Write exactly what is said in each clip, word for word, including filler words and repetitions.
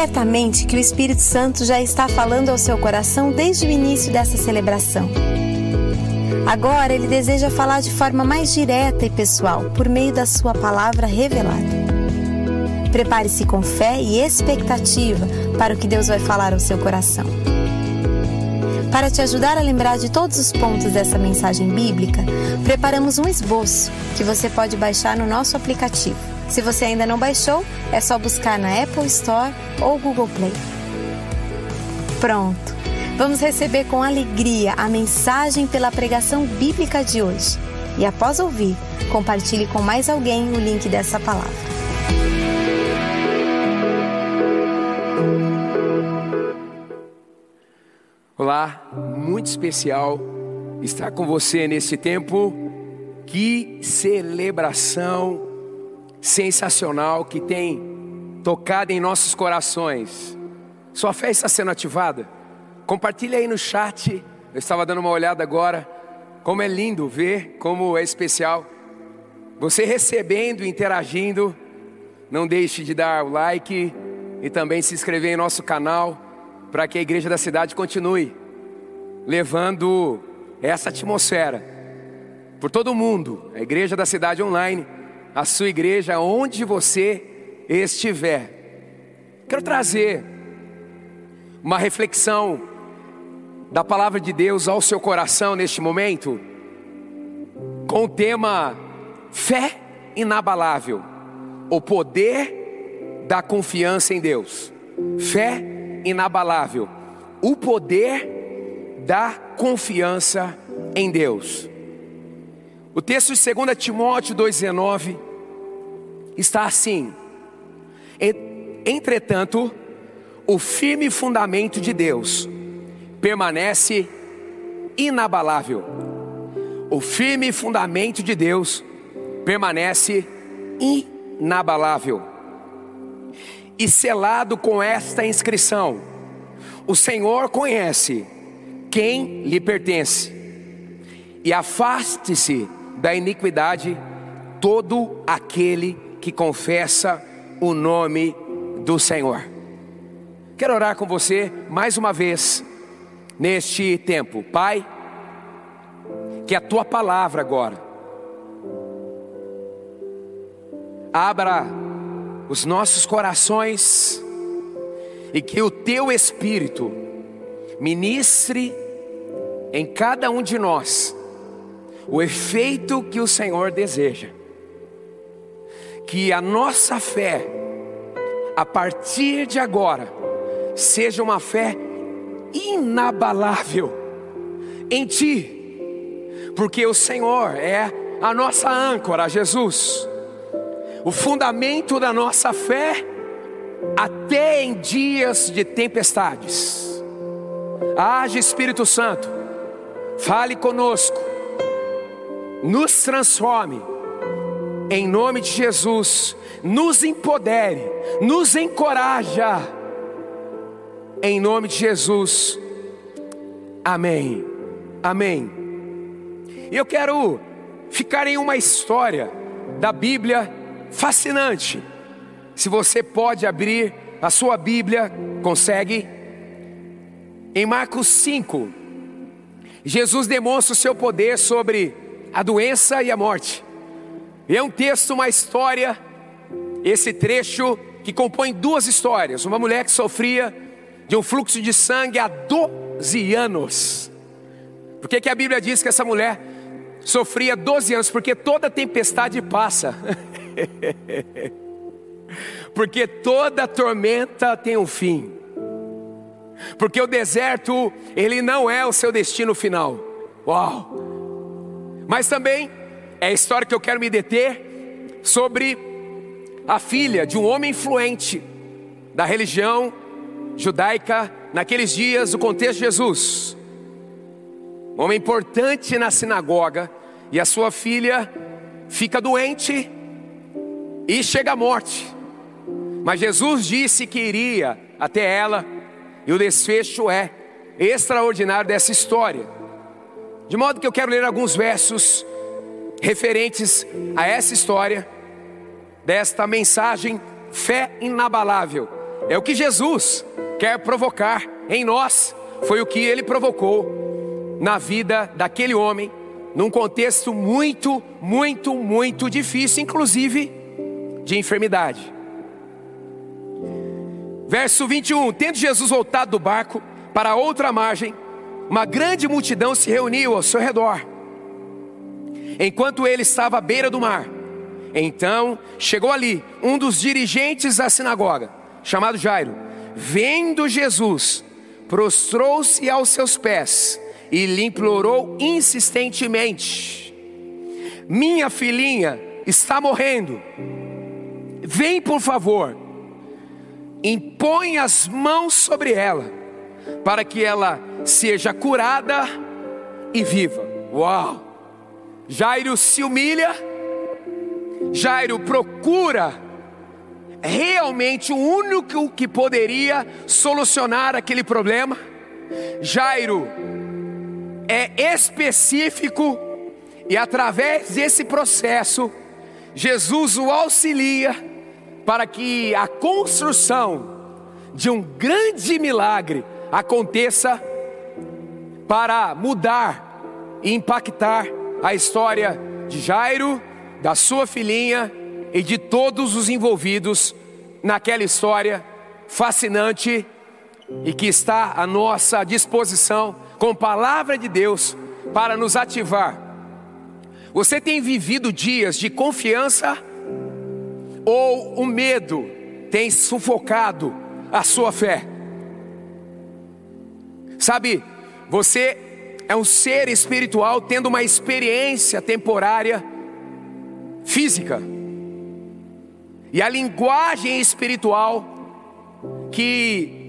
Certamente que o Espírito Santo já está falando ao seu coração desde o início dessa celebração. Agora ele deseja falar de forma mais direta e pessoal, por meio da sua palavra revelada. Prepare-se com fé e expectativa para o que Deus vai falar ao seu coração. Para te ajudar a lembrar de todos os pontos dessa mensagem bíblica, preparamos um esboço que você pode baixar no nosso aplicativo. Se você ainda não baixou, é só buscar na Apple Store ou Google Play. Pronto! Vamos receber com alegria a mensagem pela pregação bíblica de hoje. E após ouvir, compartilhe com mais alguém o link dessa palavra. Olá, muito especial estar com você nesse tempo. Que celebração sensacional que tem tocado em nossos corações. Sua fé está sendo ativada? Compartilha aí no chat. Eu estava dando uma olhada agora. Como é lindo ver, como é especial você recebendo e interagindo. Não deixe de dar o like e também se inscrever em nosso canal, para que a Igreja da Cidade continue levando essa atmosfera por todo o mundo. A Igreja da Cidade Online, a sua igreja, onde você estiver. Quero trazer uma reflexão da palavra de Deus ao seu coração neste momento, com o tema fé inabalável, o poder da confiança em Deus. Fé inabalável, o poder da confiança em Deus. O texto de dois Timóteo dois dezenove está assim: entretanto, o firme fundamento de Deus permanece inabalável. O firme fundamento de Deus permanece inabalável. E selado com esta inscrição: o Senhor conhece quem lhe pertence, e afaste-se da iniquidade todo aquele que confessa o nome do Senhor. Quero orar com você mais uma vez neste tempo. Pai, que a tua palavra agora abra os nossos corações e que o teu Espírito ministre em cada um de nós o efeito que o Senhor deseja. Que a nossa fé, a partir de agora, seja uma fé inabalável em Ti, porque o Senhor é a nossa âncora, Jesus, o fundamento da nossa fé, até em dias de tempestades. Age, Espírito Santo, fale conosco, nos transforme, em nome de Jesus, nos empodere, nos encoraja, em nome de Jesus, amém, amém. E eu quero ficar em uma história da Bíblia fascinante. Se você pode abrir a sua Bíblia, consegue? Em Marcos cinco, Jesus demonstra o seu poder sobre a doença e a morte. E é um texto, uma história, esse trecho que compõe duas histórias. Uma mulher que sofria de um fluxo de sangue há doze anos. Por que que a Bíblia diz que essa mulher sofria doze anos? Porque toda tempestade passa. Porque toda tormenta tem um fim. Porque o deserto, ele não é o seu destino final. Uau! Mas também é a história que eu quero me deter sobre a filha de um homem influente da religião judaica naqueles dias, no contexto de Jesus. Um homem importante na sinagoga, e a sua filha fica doente e chega à morte. Mas Jesus disse que iria até ela, e o desfecho é extraordinário dessa história. De modo que eu quero ler alguns versos referentes a essa história, desta mensagem, fé inabalável. é o que Jesus quer provocar em nós. Foi o que ele provocou na vida daquele homem, num contexto muito, muito, muito difícil, inclusive de enfermidade. Verso vinte e um, tendo Jesus voltado do barco para outra margem, uma grande multidão se reuniu ao seu redor, enquanto ele estava à beira do mar. Então chegou ali um dos dirigentes da sinagoga, chamado Jairo. Vendo Jesus, prostrou-se aos seus pés e lhe implorou insistentemente: minha filhinha está morrendo, vem por favor, impõe as mãos sobre ela, para que ela seja curada e viva. Uau! Jairo se humilha, Jairo procura realmente o único que poderia solucionar aquele problema. Jairo é específico, e através desse processo Jesus o auxilia para que a construção de um grande milagre aconteça, para mudar e impactar a história de Jairo, da sua filhinha e de todos os envolvidos naquela história fascinante e que está à nossa disposição com a palavra de Deus para nos ativar. Você tem vivido dias de confiança, ou o medo tem sufocado a sua fé? Sabe, você é um ser espiritual tendo uma experiência temporária física, e a linguagem espiritual que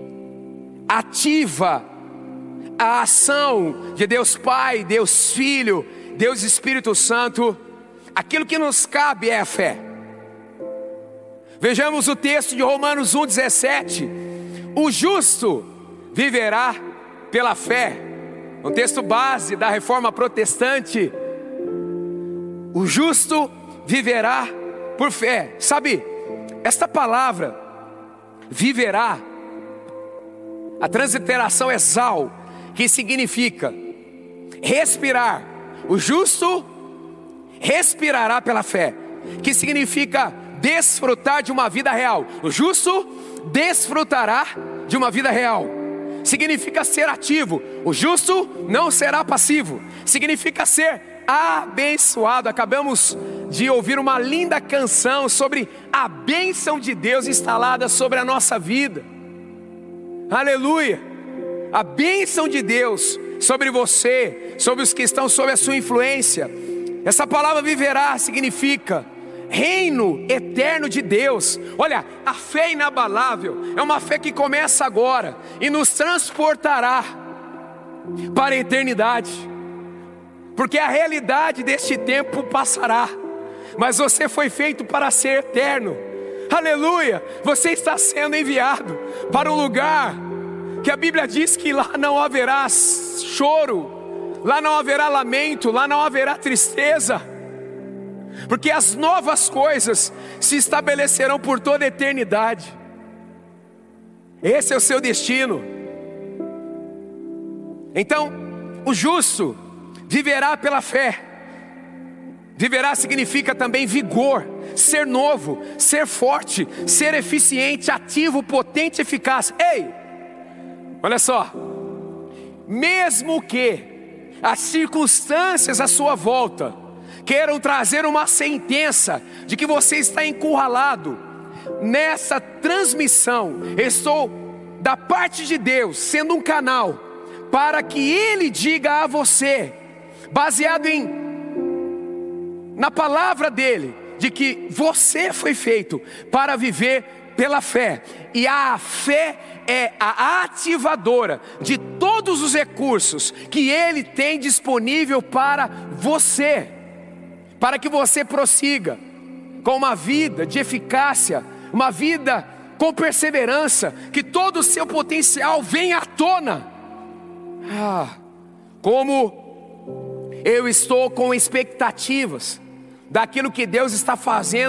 ativa a ação de Deus Pai, Deus Filho, Deus Espírito Santo, aquilo que nos cabe é a fé. Vejamos o texto de Romanos um, dezessete. O justo viverá pela fé. Um texto base da reforma protestante. O justo viverá por fé. Sabe, esta palavra viverá, a transliteração é zal, que significa respirar. O justo respirará pela fé, que significa desfrutar de uma vida real. O justo desfrutará de uma vida real. Significa ser ativo. O justo não será passivo. Significa ser abençoado. Acabamos de ouvir uma linda canção sobre a bênção de Deus instalada sobre a nossa vida. Aleluia! A bênção de Deus sobre você, sobre os que estão sob a sua influência. Essa palavra viverá significa reino eterno de Deus. Olha, a fé inabalável é uma fé que começa agora e nos transportará para a eternidade, porque a realidade deste tempo passará, mas você foi feito para ser eterno. Aleluia! Você está sendo enviado para um lugar que a Bíblia diz que lá não haverá choro, lá não haverá lamento, lá não haverá tristeza, porque as novas coisas se estabelecerão por toda a eternidade. Esse é o seu destino. Então, o justo viverá pela fé. Viverá significa também vigor, ser novo, ser forte, ser eficiente, ativo, potente, eficaz. Ei, olha só, mesmo que as circunstâncias à sua volta queiram trazer uma sentença de que você está encurralado, nessa transmissão estou da parte de Deus sendo um canal para que Ele diga a você, baseado em na palavra dele, de que você foi feito para viver pela fé, e a fé é a ativadora de todos os recursos que Ele tem disponível para você, para que você prossiga com uma vida de eficácia, uma vida com perseverança, que todo o seu potencial venha à tona. Ah, como eu estou com expectativas daquilo que Deus está fazendo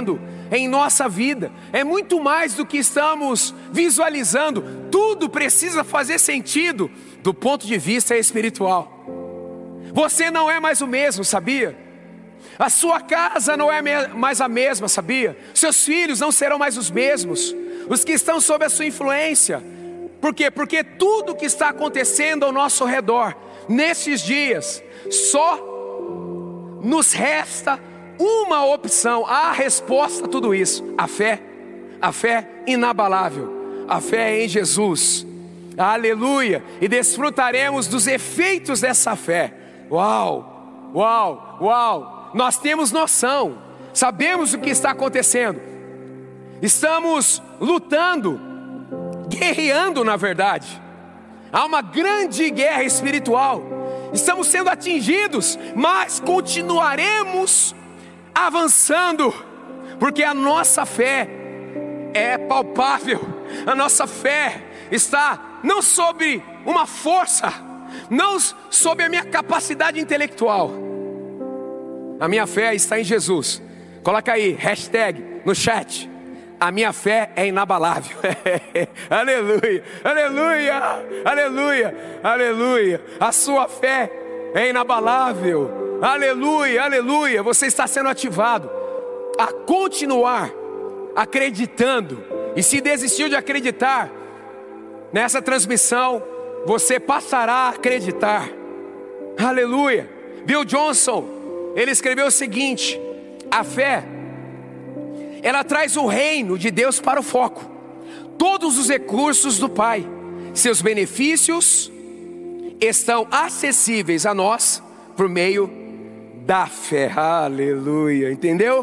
em nossa vida. É muito mais do que estamos visualizando. Tudo precisa fazer sentido do ponto de vista espiritual. Você não é mais o mesmo, sabia? A sua casa não é mais a mesma, sabia? Seus filhos não serão mais os mesmos. Os que estão sob a sua influência. Por quê? Porque tudo que está acontecendo ao nosso redor, nesses dias, só nos resta uma opção, a resposta a tudo isso: a fé, a fé inabalável, a fé em Jesus. Aleluia! E desfrutaremos dos efeitos dessa fé. Uau, uau, uau! Nós temos noção, sabemos o que está acontecendo. Estamos lutando, guerreando na verdade. Há uma grande guerra espiritual. Estamos sendo atingidos, mas continuaremos avançando, porque a nossa fé é palpável. A nossa fé está não sobre uma força, não sobre a minha capacidade intelectual. A minha fé está em Jesus. Coloca aí, hashtag no chat: a minha fé é inabalável. Aleluia, aleluia, aleluia, aleluia. A sua fé é inabalável. Aleluia, aleluia. Você está sendo ativado a continuar acreditando. E se desistiu de acreditar nessa transmissão, você passará a acreditar. Aleluia. Bill Johnson, ele escreveu o seguinte: a fé, ela traz o reino de Deus para o foco, todos os recursos do Pai, seus benefícios estão acessíveis a nós por meio da fé. Aleluia, entendeu?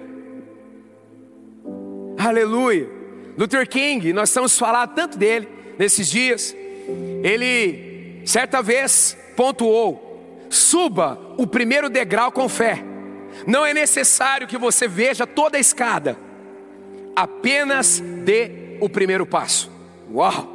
Aleluia. Luther King, nós estamos falando tanto dele nesses dias. Ele certa vez pontuou: suba o primeiro degrau com fé. Não é necessário que você veja toda a escada, apenas dê o primeiro passo. Uau!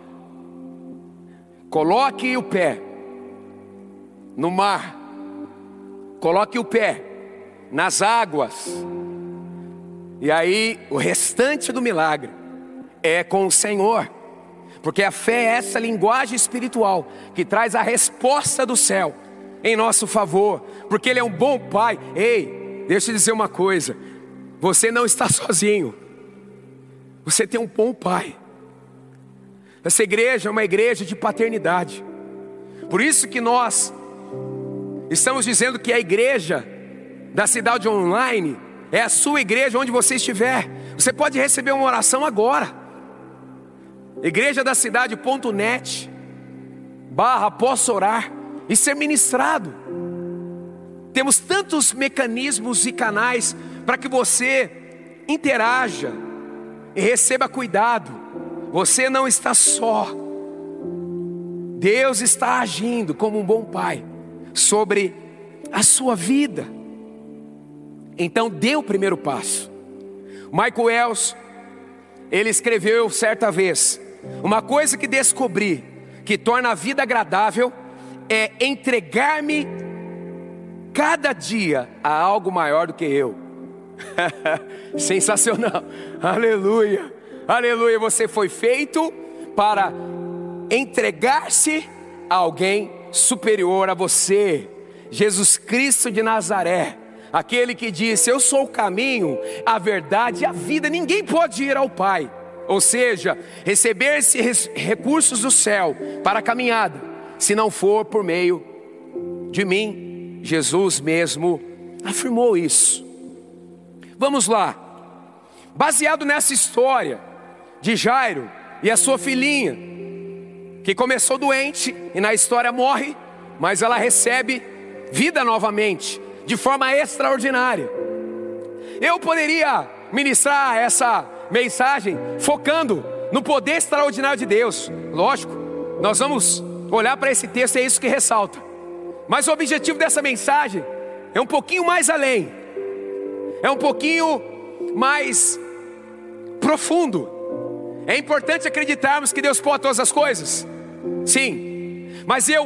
Coloque o pé no mar, coloque o pé nas águas, e aí o restante do milagre é com o Senhor. Porque a fé é essa linguagem espiritual que traz a resposta do céu em nosso favor, porque Ele é um bom Pai. Ei, deixa eu dizer uma coisa: você não está sozinho, você tem um bom Pai. Essa igreja é uma igreja de paternidade. Por isso que nós estamos dizendo que a igreja da Cidade Online é a sua igreja onde você estiver. Você pode receber uma oração agora. igreja da cidade ponto net barra posso orar e ser ministrado. Temos tantos mecanismos e canais para que você interaja e receba cuidado. Você não está só. Deus está agindo como um bom pai sobre a sua vida. Então dê o primeiro passo. Michael Wells, ele escreveu certa vez: uma coisa que descobri que torna a vida agradável é entregar-me cada dia a algo maior do que eu. Sensacional. Aleluia, aleluia. Você foi feito para entregar-se a alguém superior a você. Jesus Cristo de Nazaré, aquele que disse: eu sou o caminho, a verdade e a vida. Ninguém pode ir ao Pai, ou seja, receber esses recursos do céu para a caminhada, se não for por meio de mim. Jesus mesmo afirmou isso. Vamos lá. Baseado nessa história de Jairo e a sua filhinha, que começou doente e na história morre, mas ela recebe vida novamente, de forma extraordinária. Eu poderia ministrar essa mensagem focando no poder extraordinário de Deus. Lógico, nós vamos olhar para esse texto, é isso que ressalta. Mas o objetivo dessa mensagem é um pouquinho mais além, é um pouquinho mais profundo. É importante acreditarmos que Deus pode todas as coisas, sim, mas eu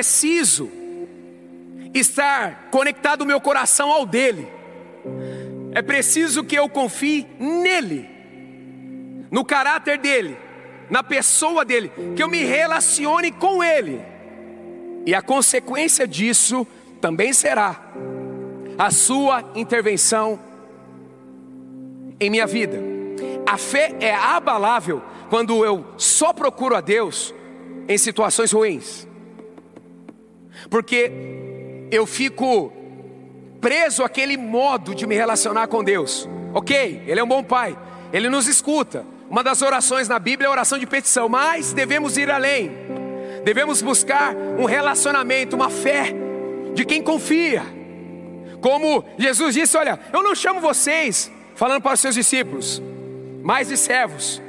preciso estar conectado o meu coração ao dele. É preciso que eu confie nele, no caráter dele, na pessoa dele, que eu me relacione com ele. E a consequência disso também será a sua intervenção em minha vida. A fé é abalável quando eu só procuro a Deus em situações ruins, porque eu fico preso àquele modo de me relacionar com Deus. Ok, Ele é um bom Pai, Ele nos escuta. Uma das orações na Bíblia é a oração de petição, mas devemos ir além. Devemos buscar um relacionamento, uma fé de quem confia. Como Jesus disse, olha, eu não chamo vocês, falando para os seus discípulos, mais de servos,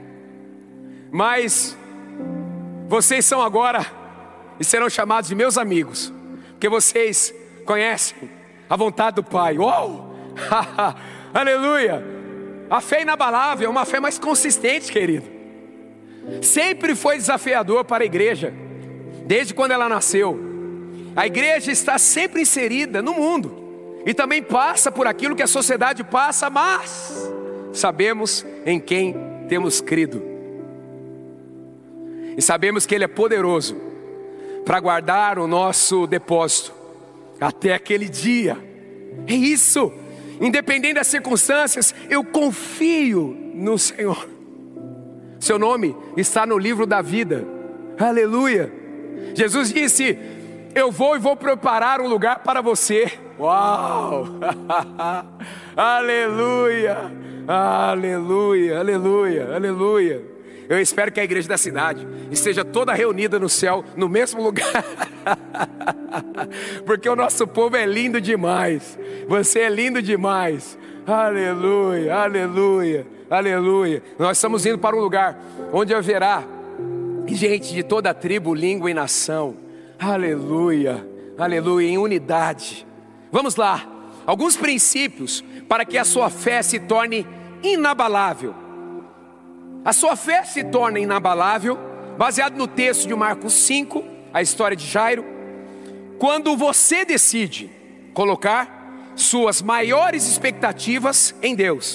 mas vocês são agora e serão chamados de meus amigos, porque vocês conhecem a vontade do Pai. Uou! Aleluia! A fé inabalável é uma fé mais consistente, querido. Sempre foi desafiador para a igreja, desde quando ela nasceu. A igreja está sempre inserida no mundo e também passa por aquilo que a sociedade passa, mas sabemos em quem temos crido. E sabemos que Ele é poderoso para guardar o nosso depósito até aquele dia. É isso. Independente das circunstâncias, eu confio no Senhor. Seu nome está no livro da vida. Aleluia. Jesus disse, eu vou e vou preparar um lugar para você. Uau. Aleluia. Aleluia, aleluia, aleluia. Eu espero que a igreja da cidade esteja toda reunida no céu, no mesmo lugar. Porque o nosso povo é lindo demais. Você é lindo demais. Aleluia, aleluia, aleluia. Nós estamos indo para um lugar onde haverá gente de toda a tribo, língua e nação. Aleluia, aleluia, em unidade. Vamos lá, alguns princípios para que a sua fé se torne inabalável. A sua fé se torna inabalável, baseado no texto de Marcos cinco, a história de Jairo, quando você decide colocar suas maiores expectativas em Deus.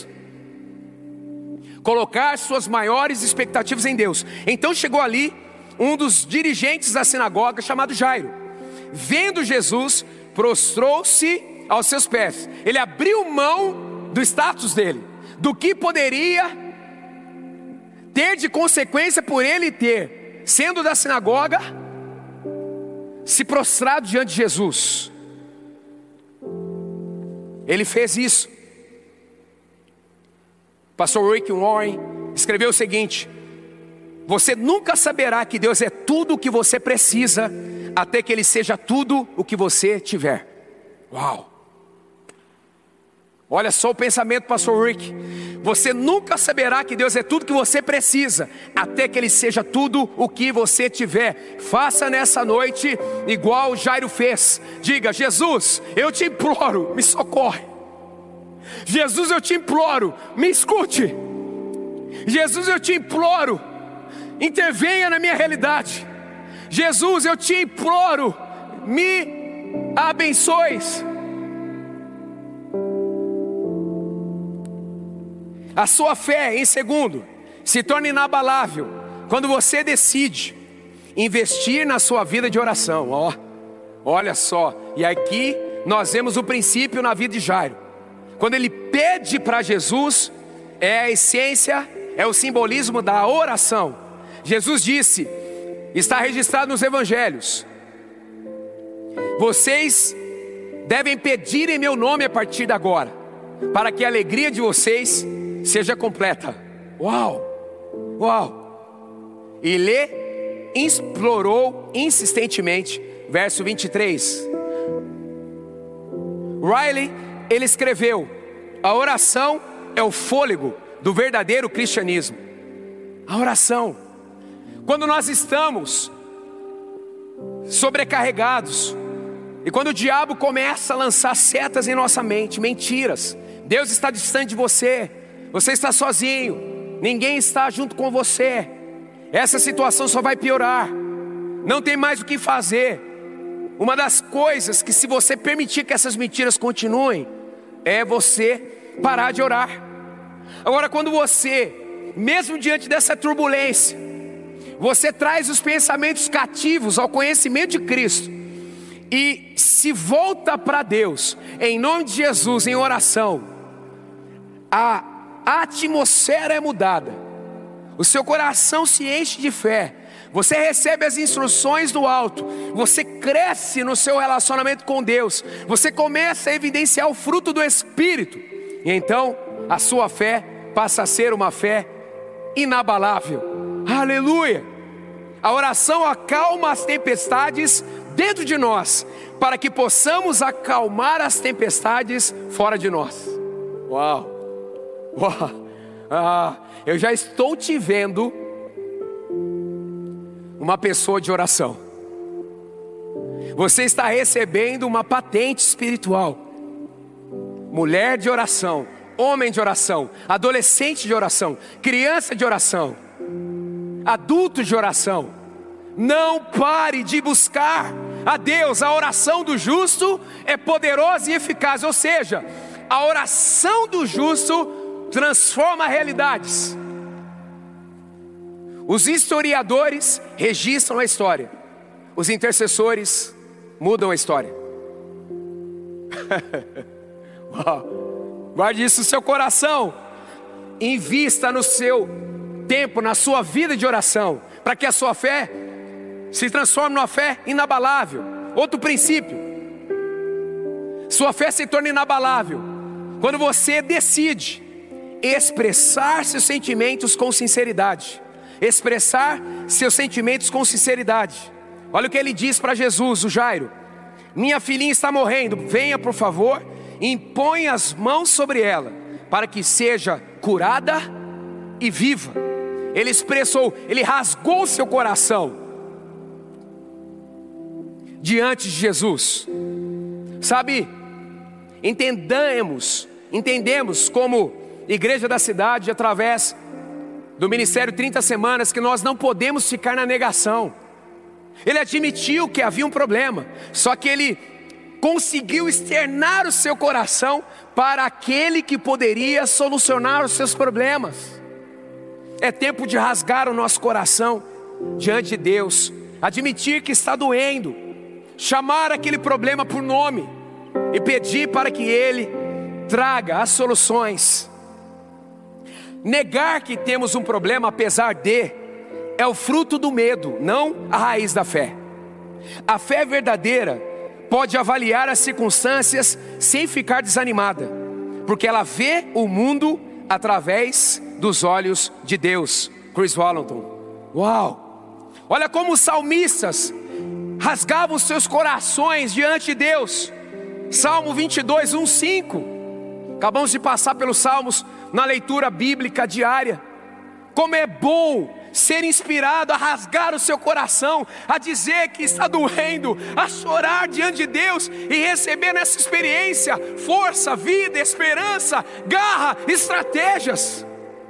Colocar suas maiores expectativas em Deus. Então chegou ali um dos dirigentes da sinagoga, chamado Jairo. Vendo Jesus, prostrou-se aos seus pés. Ele abriu mão do status dele, do que poderia ter de consequência por ele ter, sendo da sinagoga, se prostrado diante de Jesus. Ele fez isso. Pastor Rick Warren escreveu o seguinte: você nunca saberá que Deus é tudo o que você precisa, até que Ele seja tudo o que você tiver. Uau! Olha só o pensamento do pastor Rick. Você nunca saberá que Deus é tudo que você precisa, até que Ele seja tudo o que você tiver. Faça nessa noite igual Jairo fez. Diga, Jesus, eu te imploro, me socorre. Jesus, eu te imploro, me escute. Jesus, eu te imploro, intervenha na minha realidade. Jesus, eu te imploro, me abençoes. A sua fé, em segundo, se torna inabalável quando você decide investir na sua vida de oração. Ó, olha só, e aqui nós vemos o princípio na vida de Jairo. Quando ele pede para Jesus, é a essência, é o simbolismo da oração. Jesus disse, está registrado nos evangelhos: vocês devem pedir em meu nome a partir de agora, para que a alegria de vocês seja completa. Uau, uau. E lhe implorou insistentemente. Verso vinte e três. Riley, ele escreveu: a oração é o fôlego do verdadeiro cristianismo. A oração. Quando nós estamos sobrecarregados, e quando o diabo começa a lançar setas em nossa mente, mentiras, Deus está distante de você, você está sozinho, ninguém está junto com você, essa situação só vai piorar, não tem mais o que fazer. Uma das coisas que, se você permitir que essas mentiras continuem, é você parar de orar. Agora, quando você, mesmo diante dessa turbulência, você traz os pensamentos cativos ao conhecimento de Cristo e se volta para Deus, em nome de Jesus, em oração, a atmosfera é mudada, o seu coração se enche de fé, você recebe as instruções do alto, você cresce no seu relacionamento com Deus, você começa a evidenciar o fruto do Espírito, e então a sua fé passa a ser uma fé inabalável. Aleluia! A oração acalma as tempestades dentro de nós, para que possamos acalmar as tempestades fora de nós. Uau! Uau! Ah, eu já estou te vendo uma pessoa de oração. Você está recebendo uma patente espiritual. Mulher de oração, homem de oração, adolescente de oração, criança de oração, adulto de oração. Não pare de buscar a Deus. A oração do justo é poderosa e eficaz. Ou seja, a oração do justo transforma realidades. Os historiadores registram a história, os intercessores mudam a história. Guarde isso no seu coração. Invista no seu tempo, na sua vida de oração, para que a sua fé se transforme numa fé inabalável. Outro princípio: sua fé se torna inabalável quando você decide expressar seus sentimentos com sinceridade. Expressar seus sentimentos com sinceridade. Olha o que ele diz para Jesus, o Jairo: minha filhinha está morrendo, venha por favor, impõe as mãos sobre ela, para que seja curada e viva. Ele expressou, ele rasgou seu coração diante de Jesus. Sabe, entendamos, entendemos como igreja da cidade, através do ministério trinta semanas, que nós não podemos ficar na negação. Ele admitiu que havia um problema, só que ele conseguiu externar o seu coração para aquele que poderia solucionar os seus problemas. É tempo de rasgar o nosso coração diante de Deus, admitir que está doendo, chamar aquele problema por nome e pedir para que Ele traga as soluções. Negar que temos um problema apesar de, é o fruto do medo, não a raiz da fé. A fé verdadeira pode avaliar as circunstâncias sem ficar desanimada, porque ela vê o mundo através dos olhos de Deus. Chris Wallington. Uau! Olha como os salmistas rasgavam seus corações diante de Deus. Salmo vinte e dois, um, cinco. Acabamos de passar pelos salmos na leitura bíblica diária. Como é bom ser inspirado a rasgar o seu coração, a dizer que está doendo, a chorar diante de Deus e receber nessa experiência força, vida, esperança, garra, estratégias.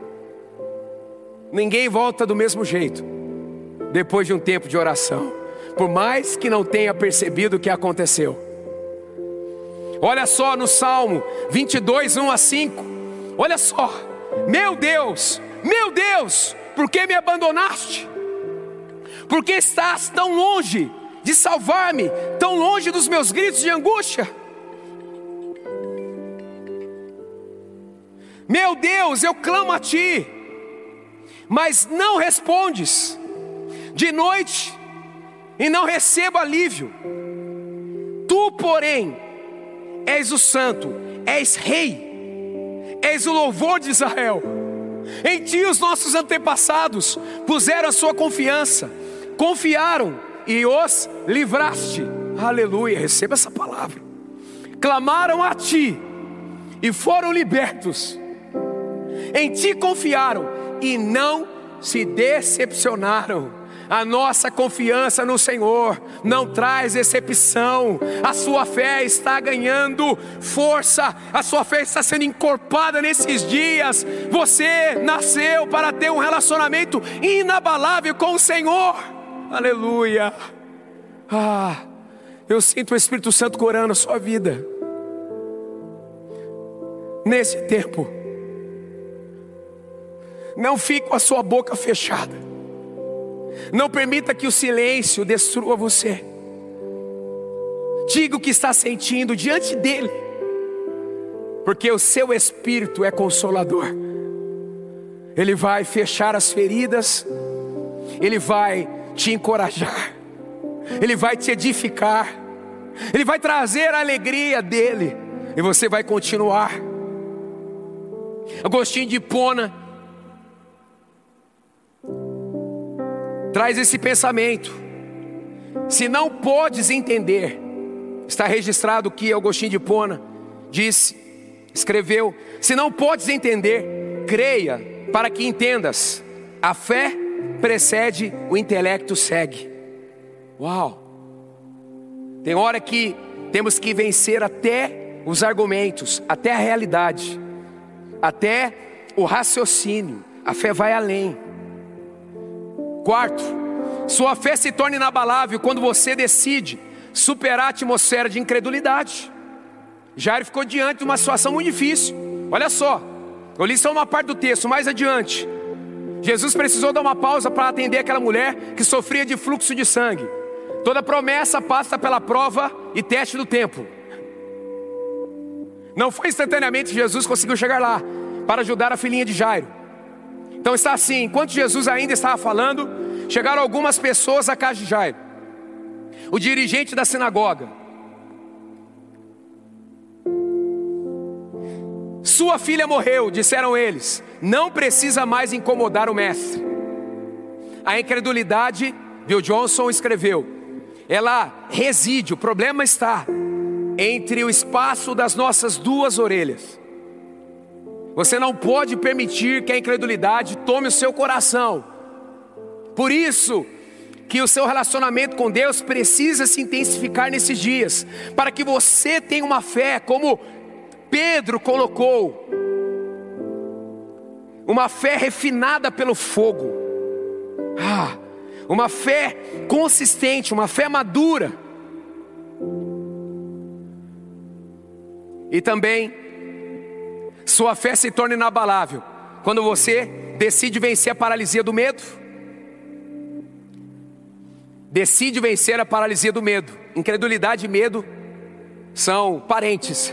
Ninguém volta do mesmo jeito depois de um tempo de oração, por mais que não tenha percebido o que aconteceu. Olha só no Salmo vinte e dois, um a cinco. Olha só: meu Deus, meu Deus, por que me abandonaste? Por que estás tão longe de salvar-me, tão longe dos meus gritos de angústia? Meu Deus, eu clamo a Ti, mas não respondes. De noite e não recebo alívio. Tu, porém, és o santo, és rei, és o louvor de Israel. Em Ti os nossos antepassados puseram a sua confiança, confiaram e os livraste. Aleluia, receba essa palavra. Clamaram a Ti e foram libertos. Em Ti confiaram e não se decepcionaram. A nossa confiança no Senhor não traz decepção. A sua fé está ganhando força. A sua fé está sendo encorpada nesses dias. Você nasceu para ter um relacionamento inabalável com o Senhor. Aleluia. Ah, eu sinto o Espírito Santo corando a sua vida. nesse tempo. Não fique com a sua boca fechada. Não permita que o silêncio destrua você. Diga o que está sentindo diante dele, porque o seu Espírito é consolador. Ele vai fechar as feridas, ele vai te encorajar, ele vai te edificar, ele vai trazer a alegria dele, e você vai continuar. Agostinho de Hipona traz esse pensamento: se não podes entender, está registrado que Agostinho de Hipona disse, escreveu: se não podes entender, creia para que entendas. A fé precede, o intelecto segue. Uau! Tem hora que temos que vencer até os argumentos, até a realidade, até o raciocínio. A fé vai além. Quarto, sua fé se torna inabalável quando você decide superar a atmosfera de incredulidade. Jairo ficou diante de uma situação muito difícil. Olha só, eu li só uma parte do texto, mais adiante. Jesus precisou dar uma pausa para atender aquela mulher que sofria de fluxo de sangue. Toda promessa passa pela prova e teste do tempo. Não foi instantaneamente que Jesus conseguiu chegar lá para ajudar a filhinha de Jairo. Então está assim, enquanto Jesus ainda estava falando, chegaram algumas pessoas à casa de Jairo. O dirigente da sinagoga: sua filha morreu, disseram eles, não precisa mais incomodar o mestre. A incredulidade, Bill Johnson escreveu, ela reside, o problema está entre o espaço das nossas duas orelhas. Você não pode permitir que a incredulidade tome o seu coração. Por isso que o seu relacionamento com Deus precisa se intensificar nesses dias, para que você tenha uma fé como Pedro colocou, uma fé refinada pelo fogo, ah, uma fé consistente, uma fé madura. E também sua fé se torna inabalável quando você decide vencer a paralisia do medo. Decide vencer a paralisia do medo. Incredulidade e medo são parentes.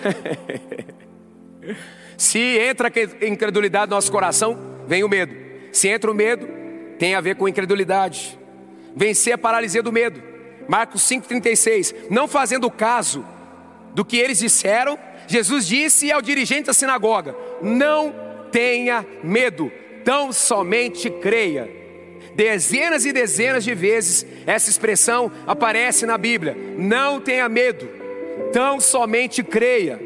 Se entra a incredulidade no nosso coração, vem o medo. Se entra o medo, tem a ver com incredulidade. Vencer a paralisia do medo. Marcos cinco, trinta e seis. Não fazendo caso do que eles disseram, Jesus disse ao dirigente da sinagoga: não tenha medo, tão somente creia. Dezenas e dezenas de vezes essa expressão aparece na Bíblia. Não tenha medo, tão somente creia.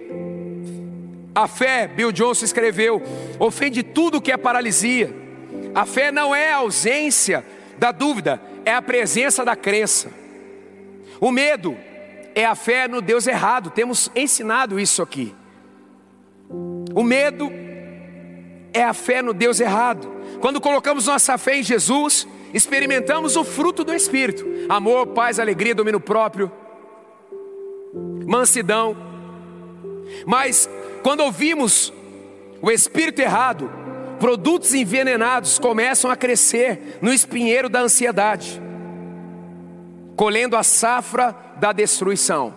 A fé, Bill Johnson escreveu, ofende tudo que é paralisia. A fé não é a ausência da dúvida, é a presença da crença. O medo é a fé no Deus errado. Temos ensinado isso aqui. O medo é a fé no Deus errado. Quando colocamos nossa fé em Jesus, experimentamos o fruto do Espírito: amor, paz, alegria, domínio próprio, mansidão. Mas quando ouvimos o Espírito errado, produtos envenenados começam a crescer no espinheiro da ansiedade, colhendo a safra da destruição.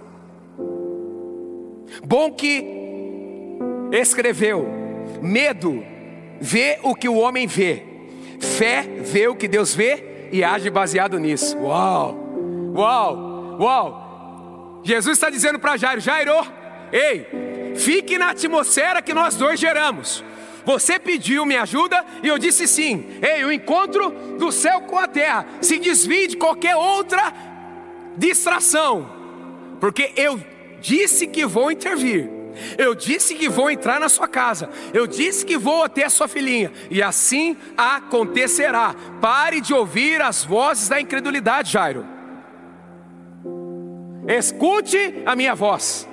Bom que escreveu: medo vê o que o homem vê, fé vê o que Deus vê e age baseado nisso. Uau, uau, uau. Jesus está dizendo para Jairo: Jairo, ei, fique na atmosfera que nós dois geramos. Você pediu minha ajuda e eu disse sim. Ei, o encontro do céu com a terra. Se desvie de qualquer outra distração, porque eu disse que vou intervir. Eu disse que vou entrar na sua casa. Eu disse que vou até a sua filhinha. E assim acontecerá. Pare de ouvir as vozes da incredulidade, Jairo. Escute a minha voz.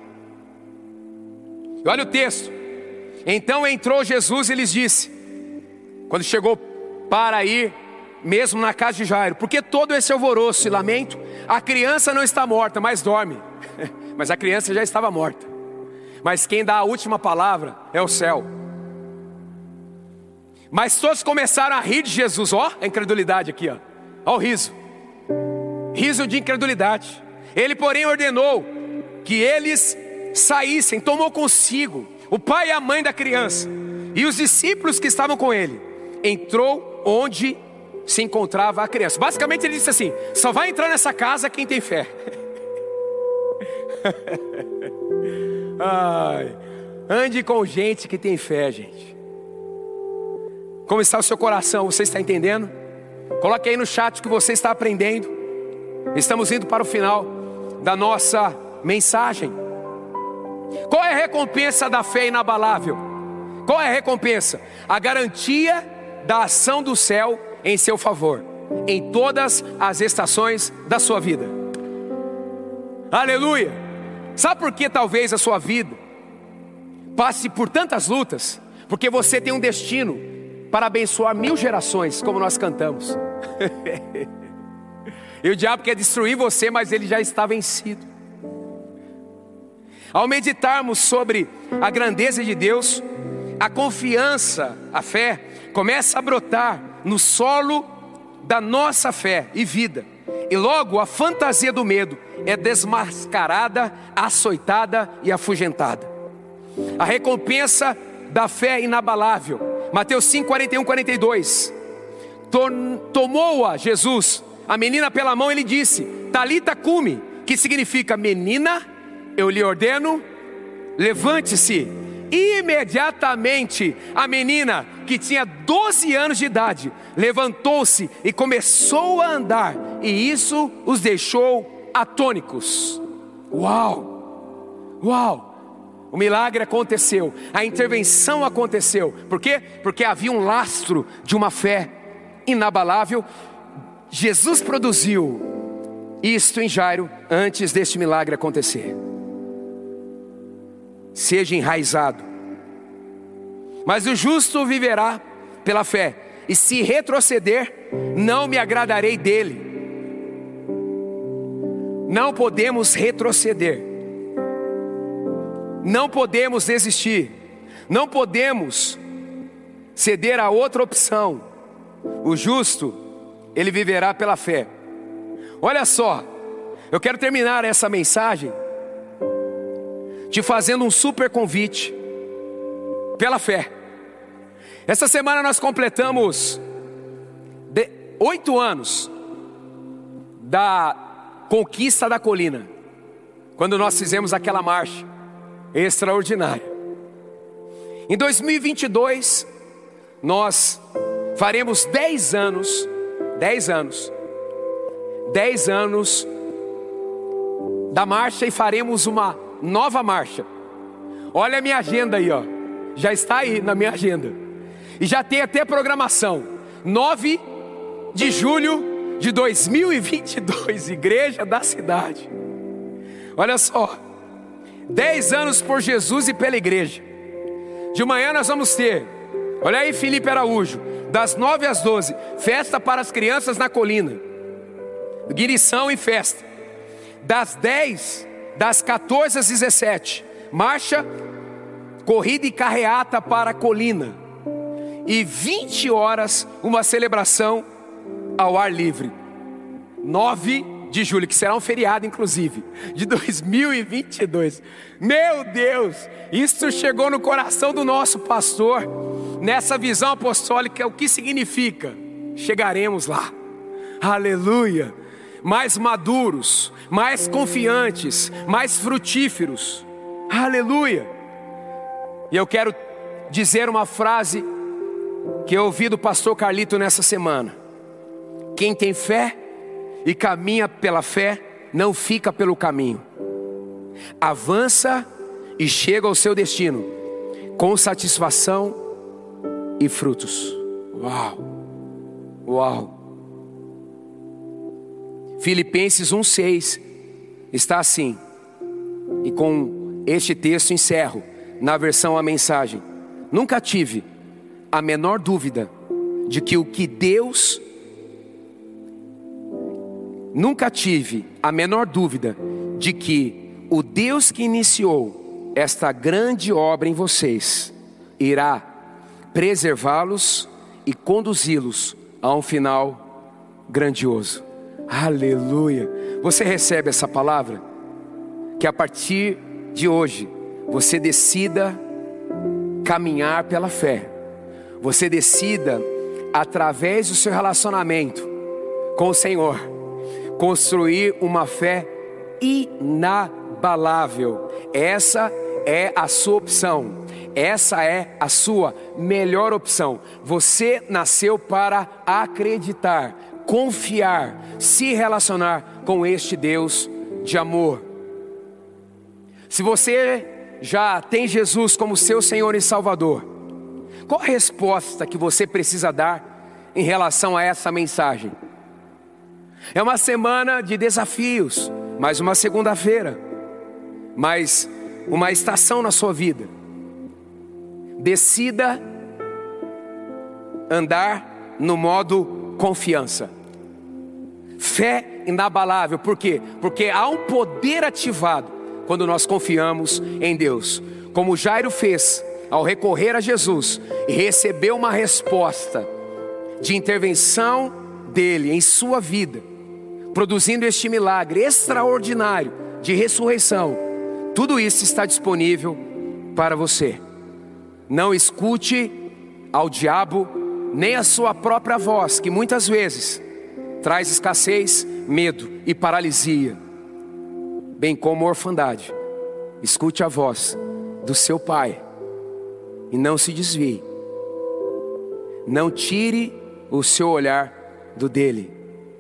E olha o texto. Então entrou Jesus e lhes disse, quando chegou para ir mesmo na casa de Jairo: porque todo esse alvoroço e lamento? A criança não está morta, mas dorme. Mas a criança já estava morta. mas quem dá a última palavra é o céu. Mas todos começaram a rir de Jesus. Ó, a incredulidade aqui, ó. Ó o riso. Riso de incredulidade. Ele, porém, ordenou que eles saíssem, tomou consigo o pai e a mãe da criança e os discípulos que estavam com ele. Entrou onde se encontrava a criança. Basicamente ele disse assim: só vai entrar nessa casa quem tem fé. Ai, ande com gente que tem fé, gente. Como está o seu coração? Você está entendendo? Coloque aí no chat o que você está aprendendo. Estamos indo para o final da nossa mensagem. Qual é a recompensa da fé inabalável? Qual é a recompensa? A garantia da ação do céu em seu favor, em todas as estações da sua vida. Aleluia! Sabe por que talvez a sua vida passe por tantas lutas? Porque você tem um destino para abençoar mil gerações, como nós cantamos. E o diabo quer destruir você, mas ele já está vencido. Ao meditarmos sobre a grandeza de Deus, a confiança, a fé, começa a brotar no solo da nossa fé e vida. E logo a fantasia do medo é desmascarada, açoitada e afugentada. A recompensa da fé inabalável. Mateus cinco, quarenta e um, quarenta e dois. Tomou-a Jesus, a menina pela mão, ele disse: Talita cumi, que significa: menina, eu lhe ordeno, levante-se. Imediatamente a menina, que tinha doze anos de idade, levantou-se e começou a andar, e isso os deixou atônicos. Uau! Uau! O milagre aconteceu, a intervenção aconteceu. Por quê? Porque havia um lastro de uma fé inabalável. Jesus produziu isto em Jairo antes deste milagre acontecer. Seja enraizado. Mas o justo viverá pela fé, e se retroceder, não me agradarei dele. Não podemos retroceder. Não podemos desistir. Não podemos ceder a outra opção. O justo, ele viverá pela fé. Olha só, eu quero terminar essa mensagem te fazendo um super convite pela fé. Essa semana nós completamos de, oito anos da conquista da colina, quando nós fizemos aquela marcha extraordinária. Em dois mil e vinte e dois nós faremos dez anos, dez anos, dez anos da marcha, e faremos uma nova marcha. Olha a minha agenda aí, ó. Já está aí na minha agenda. E já tem até programação. nove de julho de dois mil e vinte e dois, Igreja da Cidade. Olha só. dez anos por Jesus e pela igreja. De manhã nós vamos ter, olha aí, Felipe Araújo, das nove às doze, festa para as crianças na colina. Guirição e festa. Das dez, das quatorze às dezessete, marcha, corrida e carreata para a colina. E vinte horas, uma celebração ao ar livre. nove de julho, que será um feriado inclusive, de dois mil e vinte e dois. Meu Deus, isso chegou no coração do nosso pastor, nessa visão apostólica. O que significa? Chegaremos lá. Aleluia. Mais maduros, mais confiantes, mais frutíferos. Aleluia. E eu quero dizer uma frase que eu ouvi do pastor Carlito nessa semana: quem tem fé e caminha pela fé, não fica pelo caminho. Avança e chega ao seu destino com satisfação e frutos. Uau! Uau! Filipenses um, seis está assim. E com este texto encerro, na versão A Mensagem: nunca tive a menor dúvida de que o que Deus Nunca tive a menor dúvida de que o Deus que iniciou esta grande obra em vocês irá preservá-los e conduzi-los a um final grandioso. Aleluia! Você recebe essa palavra? Que a partir de hoje você decida caminhar pela fé. Você decida, através do seu relacionamento com o Senhor, construir uma fé inabalável. Essa é a sua opção. Essa é a sua melhor opção. Você nasceu para acreditar, confiar, se relacionar com este Deus de amor. Se você já tem Jesus como seu Senhor e Salvador, qual a resposta que você precisa dar em relação a essa mensagem? É uma semana de desafios, mais uma segunda-feira, mais uma estação na sua vida. Decida andar no modo confiança. Fé inabalável. Por quê? Porque há um poder ativado quando nós confiamos em Deus. Como Jairo fez ao recorrer a Jesus e recebeu uma resposta de intervenção dele em sua vida, produzindo este milagre extraordinário de ressurreição. Tudo isso está disponível para você. Não escute ao diabo, nem a sua própria voz, que muitas vezes traz escassez, medo e paralisia, bem como orfandade. Escute a voz do seu Pai e não se desvie. Não tire o seu olhar do dele.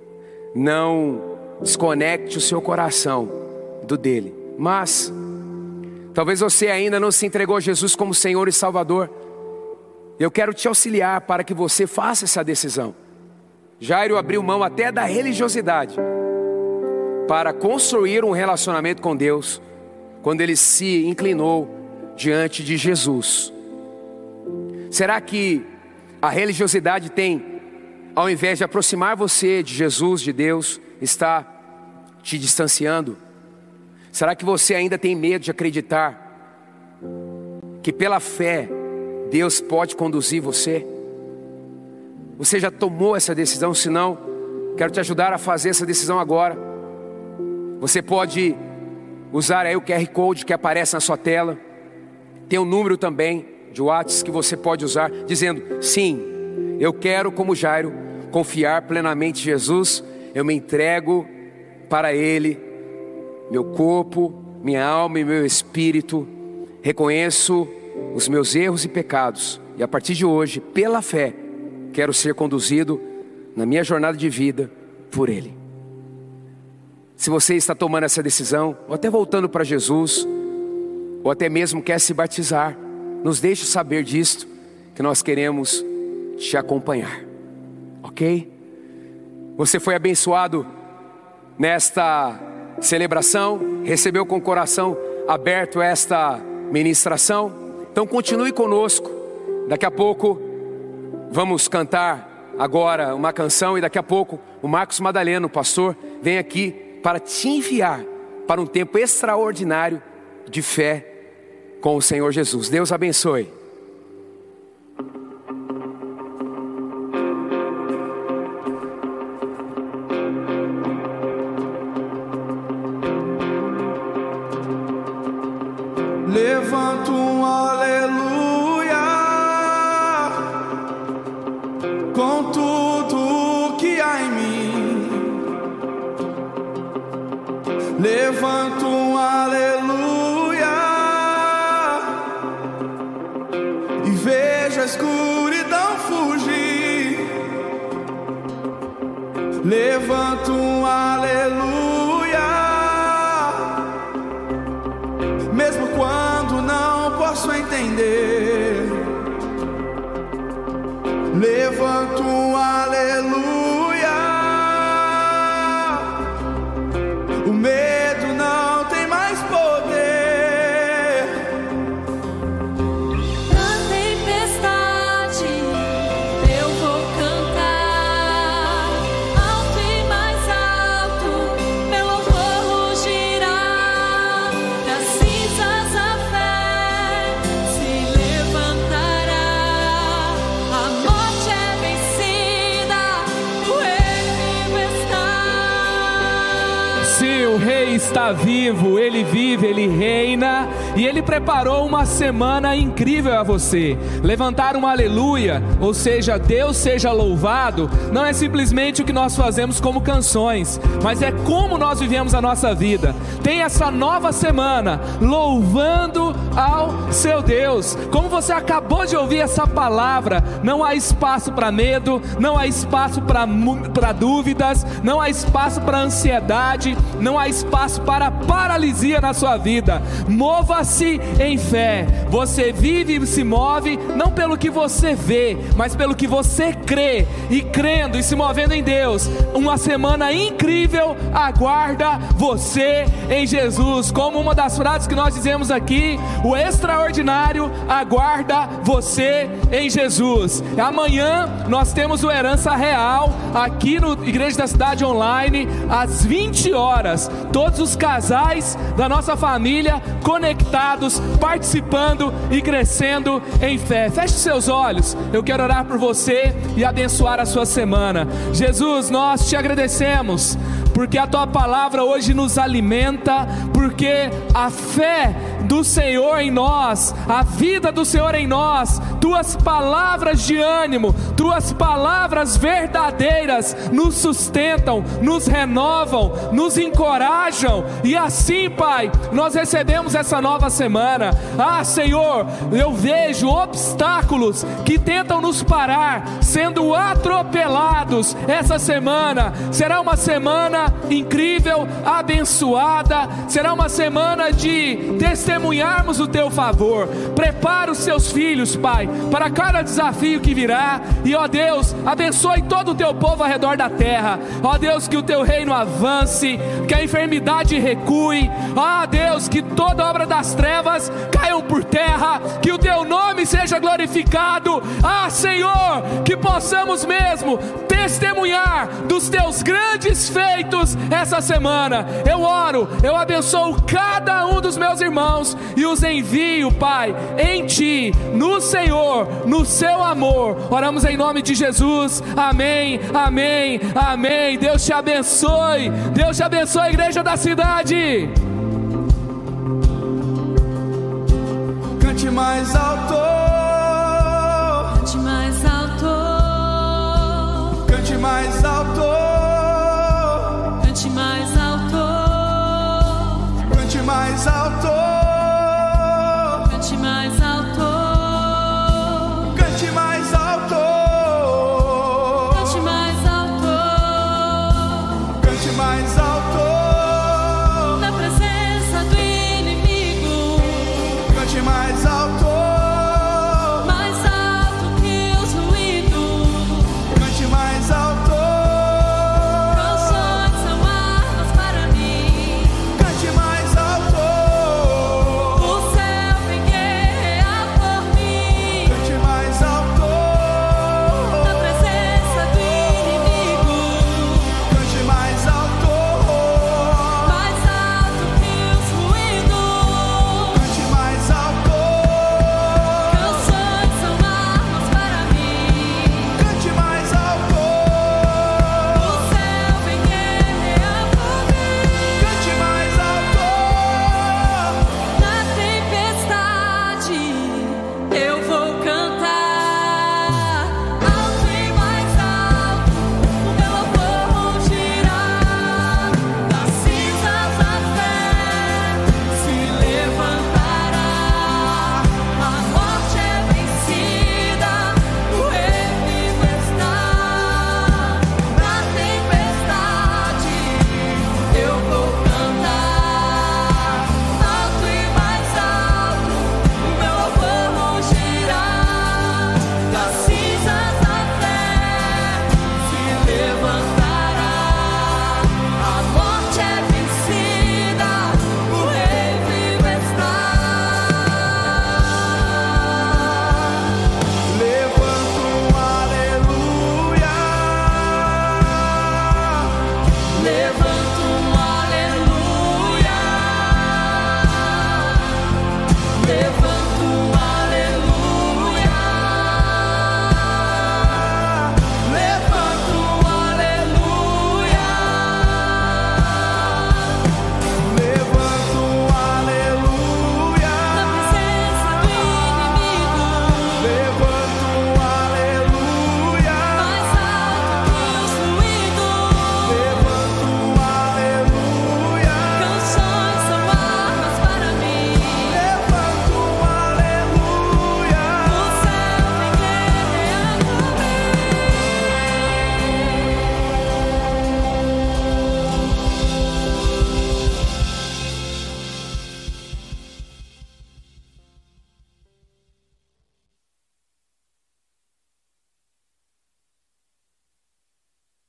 Não desconecte o seu coração do dele. Mas talvez você ainda não se entregou a Jesus como Senhor e Salvador. Eu quero te auxiliar para que você faça essa decisão. Jairo abriu mão até da religiosidade para construir um relacionamento com Deus, quando ele se inclinou diante de Jesus. Será que a religiosidade tem, ao invés de aproximar você de Jesus, de Deus, está te distanciando? Será que você ainda tem medo de acreditar que pela fé Deus pode conduzir você? Você já tomou essa decisão? Se não, quero te ajudar a fazer essa decisão agora. Você pode usar aí o Q R Code que aparece na sua tela. Tem um número também de WhatsApp que você pode usar, dizendo: sim, eu quero, como Jairo, confiar plenamente em Jesus. Eu me entrego para Ele, meu corpo, minha alma e meu espírito. Reconheço os meus erros e pecados, e a partir de hoje, pela fé, quero ser conduzido na minha jornada de vida por Ele. Se você está tomando essa decisão, ou até voltando para Jesus, ou até mesmo quer se batizar, nos deixe saber disto, que nós queremos te acompanhar, ok? Você foi abençoado nesta celebração, recebeu com o coração aberto esta ministração? Então continue conosco. Daqui a pouco vamos cantar agora uma canção, e daqui a pouco o Marcos Madaleno, o pastor, vem aqui para te enviar para um tempo extraordinário de fé com o Senhor Jesus. Deus abençoe. Levanto um aleluia com tudo que há em mim. Levanto um aleluia e vejo a escuridão fugir. Levanto um aleluia mesmo quando não posso entender. Levanto um aleluia. O medo não tem mais poder. Na tempestade eu vou cantar, alto e mais alto, meu louvor rugirá. Das cinzas a fé está vivo, Ele vive, Ele reina, e Ele preparou uma semana incrível a você. Levantar um aleluia, ou seja, Deus seja louvado, não é simplesmente o que nós fazemos como canções, mas é como nós vivemos a nossa vida. Tem essa nova semana louvando ao seu Deus. Como você acabou de ouvir essa palavra, não há espaço para medo, não há espaço para dúvidas, não há espaço para ansiedade, não há espaço para paralisia na sua vida. Mova-se em fé. Você vive e se move não pelo que você vê, mas pelo que você crê. E crendo e se movendo em Deus, uma semana incrível aguarda você em Jesus. Como uma das frases que nós dizemos aqui, o extraordinário aguarda você em Jesus. Amanhã nós temos o Herança Real aqui no Igreja da Cidade Online, às vinte horas. Todos os casais da nossa família conectados, participando e crescendo em fé. Feche seus olhos, eu quero orar por você e abençoar a sua semana. Jesus, nós te agradecemos porque a tua palavra hoje nos alimenta, porque a fé do Senhor em nós, a vida do Senhor em nós, tuas palavras de ânimo, tuas palavras verdadeiras nos sustentam, nos renovam, nos encorajam, e assim, Pai, nós recebemos essa nova semana. Ah, Senhor, eu vejo obstáculos que tentam nos parar sendo atropelados. Essa semana será uma semana incrível, abençoada, será uma semana de testemunharmos o teu favor. Prepara os seus filhos, Pai, para cada desafio que virá, e ó Deus, abençoe todo o teu povo ao redor da terra. Ó Deus, que o teu reino avance, que a enfermidade recue, ó Deus, que toda obra das trevas caiam por terra, que o teu nome seja glorificado. Ah, Senhor, que possamos mesmo testemunhar dos teus grandes feitos essa semana. Eu oro, eu abençoo cada um dos meus irmãos e os envio, Pai, em Ti, no Senhor, no seu amor. Oramos em nome de Jesus. Amém, amém, amém. Deus te abençoe. Deus te abençoe, Igreja da Cidade.